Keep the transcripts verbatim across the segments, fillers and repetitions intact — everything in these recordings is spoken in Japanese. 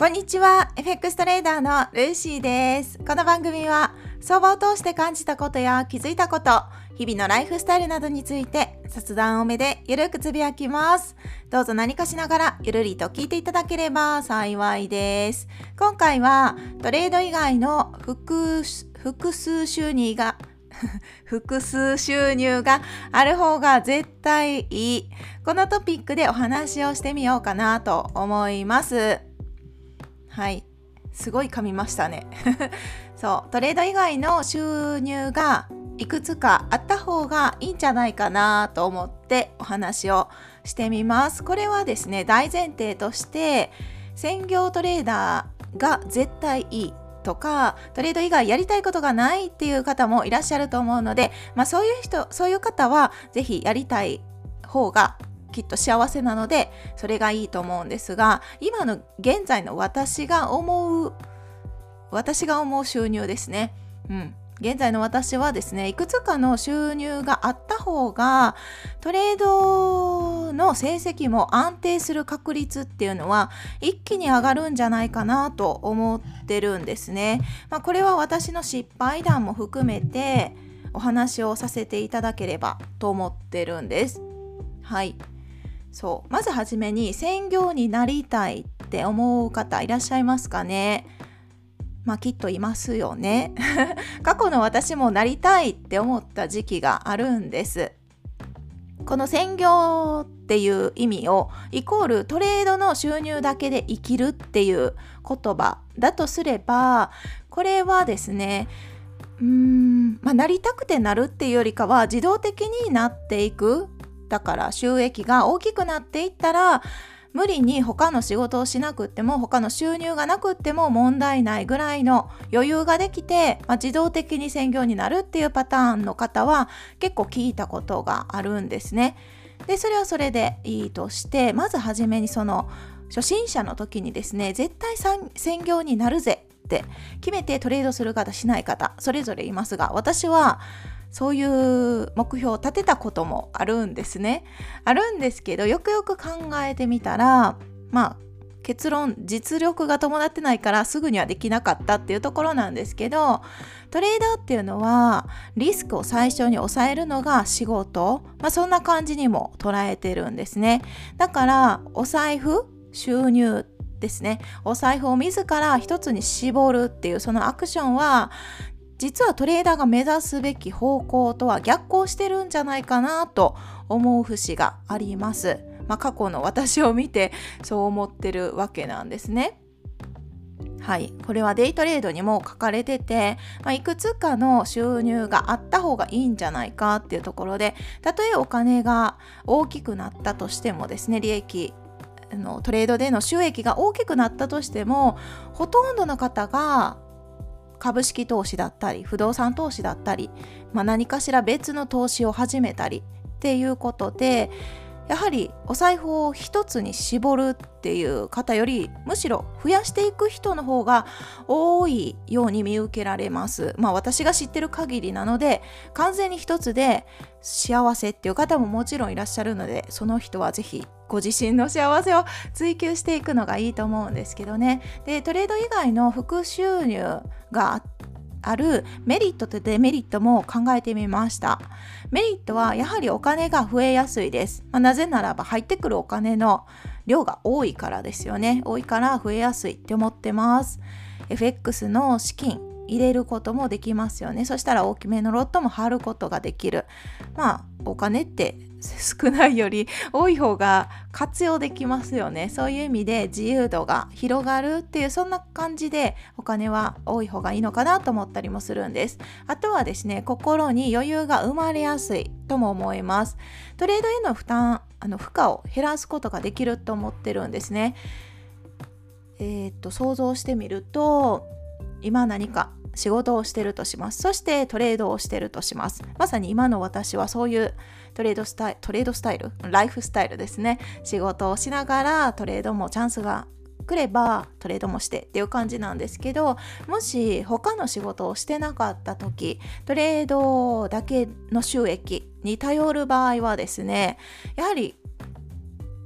こんにちは。エフエックス トレーダーのルーシーです。この番組は相場を通して感じたことや気づいたこと、日々のライフスタイルなどについて雑談多めでゆるくつぶやきます。どうぞ何かしながらゆるりと聞いていただければ幸いです。今回はトレード以外の複複数収入が複数収入がある方が絶対いい。このトピックでお話をしてみようかなと思います。はい。すごい噛みましたね。そう、トレード以外の収入がいくつかあった方がいいんじゃないかなと思ってお話をしてみます。これはですね、大前提として専業トレーダーが絶対いいとか、トレード以外やりたいことがないっていう方もいらっしゃると思うので、まあそういう人、そういう方はぜひやりたい方がきっと幸せなので、それがいいと思うんですが、今の現在の私が思う私が思う収入ですね。うん。現在の私はですね、いくつかの収入があった方がトレードの成績も安定する確率っていうのは一気に上がるんじゃないかなと思ってるんですね。まあ、これは私の失敗談も含めてお話をさせていただければと思ってるんです。はい。そう。まずはじめに専業になりたいって思う方いらっしゃいますかね。まあきっといますよね。過去の私もなりたいって思った時期があるんです。この専業っていう意味をイコールトレードの収入だけで生きるっていう言葉だとすれば、これはですね、うーん、まあ、なりたくてなるっていうよりかは自動的になっていく。だから収益が大きくなっていったら無理に他の仕事をしなくっても、他の収入がなくっても問題ないぐらいの余裕ができて、まあ、自動的に専業になるっていうパターンの方は結構聞いたことがあるんですね。で、それはそれでいいとして、まずはじめにその初心者の時にですね、絶対専業になるぜって決めてトレードする方しない方それぞれいますが、私はそういう目標を立てたこともあるんですね。あるんですけど、よくよく考えてみたら、まあ結論、実力が伴ってないからすぐにはできなかったっていうところなんですけど、トレーダーっていうのはリスクを最初に抑えるのが仕事、まあそんな感じにも捉えてるんですね。だからお財布、収入ですね、お財布を自ら一つに絞るっていうそのアクションは、実はトレーダーが目指すべき方向とは逆行してるんじゃないかなと思う節があります。まあ、過去の私を見てそう思ってるわけなんですね。はい、これはデイトレードにも書かれてて、まあ、いくつかの収入があった方がいいんじゃないかっていうところで、たとえお金が大きくなったとしてもですね、利益あのトレードでの収益が大きくなったとしても、ほとんどの方が株式投資だったり不動産投資だったり、まあ、何かしら別の投資を始めたりっていうことで、やはりお財布を一つに絞るっていう方よりむしろ増やしていく人の方が多いように見受けられます。まあ私が知ってる限りなので、完全に一つで幸せっていう方ももちろんいらっしゃるので、その人はぜひご自身の幸せを追求していくのがいいと思うんですけどね。で、トレード以外の副収入があるメリットとデメリットも考えてみました。メリットはやはりお金が増えやすいです。まあ、なぜならば入ってくるお金の量が多いからですよね。多いから増えやすいって思ってます。エフエックス の資金入れることもできますよね。そしたら大きめのロットも張ることができる。まあお金って少ないより多い方が活用できますよね。そういう意味で自由度が広がるっていう、そんな感じでお金は多い方がいいのかなと思ったりもするんです。あとはですね、心に余裕が生まれやすいとも思います。トレードへの負担、あの負荷を減らすことができると思ってるんですね。えー、っと想像してみると、今何か仕事をしてるとします。そしてトレードをしてるとします。まさに今の私はそういうトレードスタイル、トレードスタイル、ライフスタイルですね。仕事をしながらトレードもチャンスが来ればトレードもしてっていう感じなんですけど、もし他の仕事をしてなかった時、トレードだけの収益に頼る場合はですね、やはり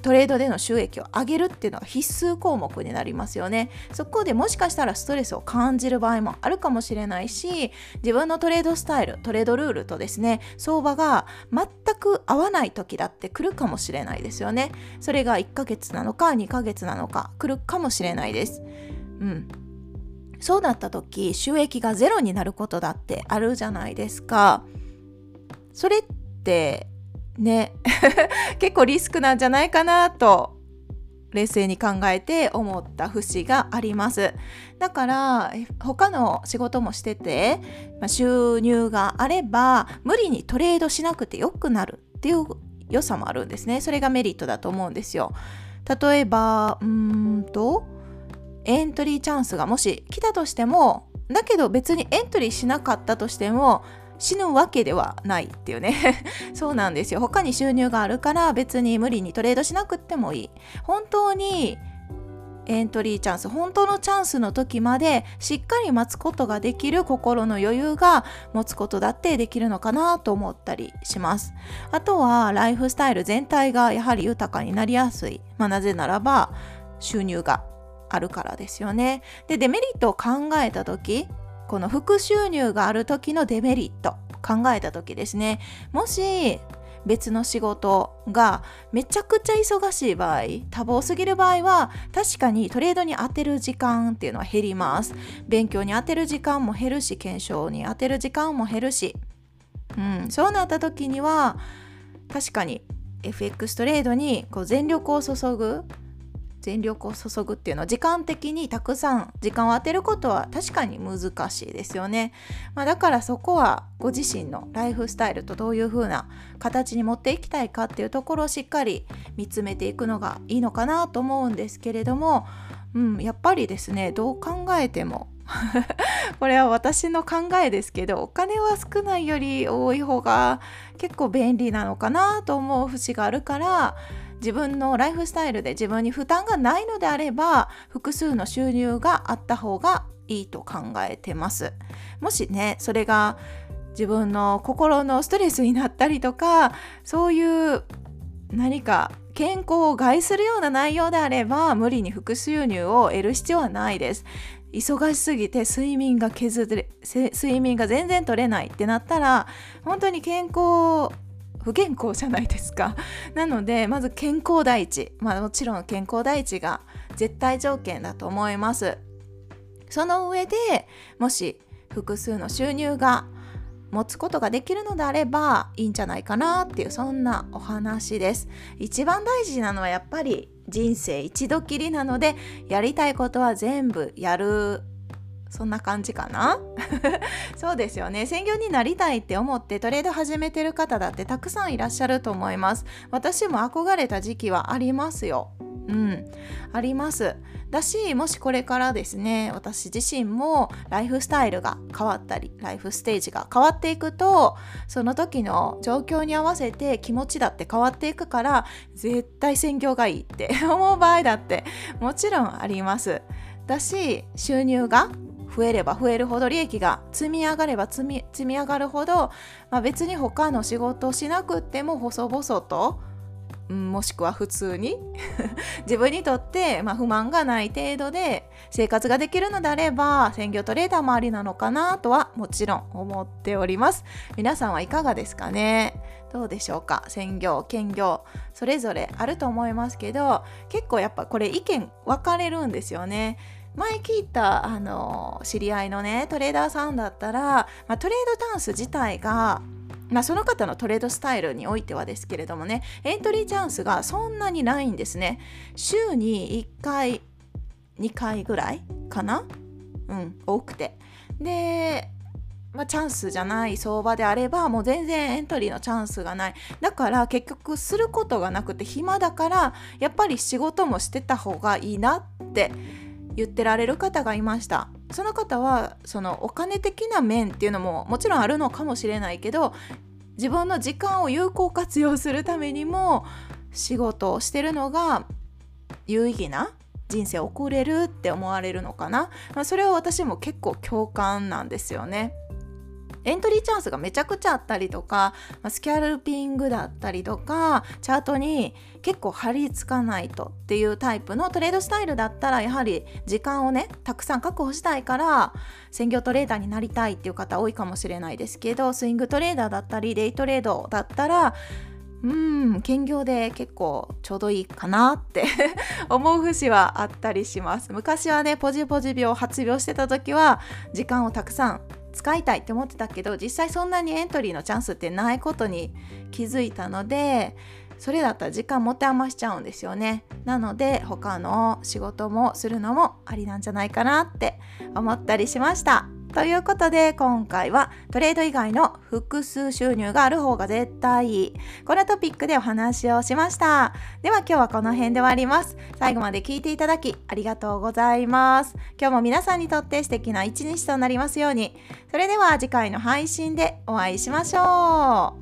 トレードでの収益を上げるっていうのが必須項目になりますよね。そこでもしかしたらストレスを感じる場合もあるかもしれないし、自分のトレードスタイル、トレードルールとですね、相場が全く合わない時だって来るかもしれないですよね。それがいっかげつなのかにかげつなのか来るかもしれないです。うん。そうだった時、収益がゼロになることだってあるじゃないですか。それってね結構リスクなんじゃないかなと冷静に考えて思った節があります。だから他の仕事もしてて、まあ、収入があれば無理にトレードしなくてよくなるっていう良さもあるんですね。それがメリットだと思うんですよ。例えばうーんとエントリーチャンスがもし来たとしても、だけど別にエントリーしなかったとしても死ぬわけではないっていうねそうなんですよ。他に収入があるから別に無理にトレードしなくってもいい。本当にエントリーチャンス、本当のチャンスの時までしっかり待つことができる心の余裕が持つことだってできるのかなと思ったりします。あとはライフスタイル全体がやはり豊かになりやすい、まあ、なぜならば収入があるからですよね。で、デメリットを考えた時、この副収入がある時のデメリット考えた時ですね、もし別の仕事がめちゃくちゃ忙しい場合、多忙すぎる場合は確かにトレードに当てる時間っていうのは減ります。勉強に当てる時間も減るし、検証に当てる時間も減るし、うん、そうなった時には確かに エフエックス トレードにこう全力を注ぐ全力を注ぐっていうのは時間的にたくさん時間を当てることは確かに難しいですよね。まあ、だからそこはご自身のライフスタイルとどういう風な形に持っていきたいかっていうところをしっかり見つめていくのがいいのかなと思うんですけれども、うん、やっぱりですね、どう考えてもこれは私の考えですけど、お金は少ないより多い方が結構便利なのかなと思う節があるから、自分のライフスタイルで自分に負担がないのであれば複数の収入があった方がいいと考えてます。もしね、それが自分の心のストレスになったりとか、そういう何か健康を害するような内容であれば無理に副収入を得る必要はないです。忙しすぎて睡眠が削れ睡眠が全然取れないってなったら本当に健康不健康じゃないですか。なのでまず健康第一、まあもちろん健康第一が絶対条件だと思います。その上でもし複数の収入が持つことができるのであればいいんじゃないかなっていう、そんなお話です。一番大事なのはやっぱり人生一度きりなので、やりたいことは全部やる、そんな感じかなそうですよね。専業になりたいって思ってトレード始めてる方だってたくさんいらっしゃると思います。私も憧れた時期はありますよ。うん、ありますだし、もしこれからですね、私自身もライフスタイルが変わったりライフステージが変わっていくと、その時の状況に合わせて気持ちだって変わっていくから、絶対専業がいいって思う場合だってもちろんあります。だし、収入が増えれば増えるほど、利益が積み上がれば積み、積み上がるほど、まあ、別に他の仕事をしなくっても細々と、うん、もしくは普通に自分にとって、まあ、不満がない程度で生活ができるのであれば専業トレーダーもありなのかなとはもちろん思っております。皆さんはいかがですかね。どうでしょうか。専業兼業それぞれあると思いますけど、結構やっぱこれ意見分かれるんですよね。前聞いたあの知り合いのねトレーダーさんだったら、まあ、トレードダンス自体が、まあ、その方のトレードスタイルにおいてはですけれどもね、エントリーチャンスがそんなにないんですね。週にいっかいにかいぐらいかな、うん多くて、でまあ、チャンスじゃない相場であればもう全然エントリーのチャンスがない。だから結局することがなくて暇だから、やっぱり仕事もしてた方がいいなって言ってられる方がいました。その方はそのお金的な面っていうのももちろんあるのかもしれないけど、自分の時間を有効活用するためにも仕事をしてるのが有意義な人生を送れるって思われるのかな、まあ、それは私も結構共感なんですよね。 エントリーチャンスがめちゃくちゃあったりとか、スキャルピングだったりとか、チャートに結構張り付かないとっていうタイプのトレードスタイルだったら、やはり時間をねたくさん確保したいから専業トレーダーになりたいっていう方多いかもしれないですけど、スイングトレーダーだったりデイトレードだったらうん兼業で結構ちょうどいいかなって思う節はあったりします。昔はねポジポジ病発病してた時は時間をたくさん使いたいって思ってたけど、実際そんなにエントリーのチャンスってないことに気づいたので、それだったら時間持て余しちゃうんですよね。なので他の仕事もするのもありなんじゃないかなって思ったりしました。ということで今回はトレード以外の複数収入がある方が絶対いい、このトピックでお話をしました。では今日はこの辺で終わります。最後まで聞いていただきありがとうございます。今日も皆さんにとって素敵な一日となりますように。それでは次回の配信でお会いしましょう。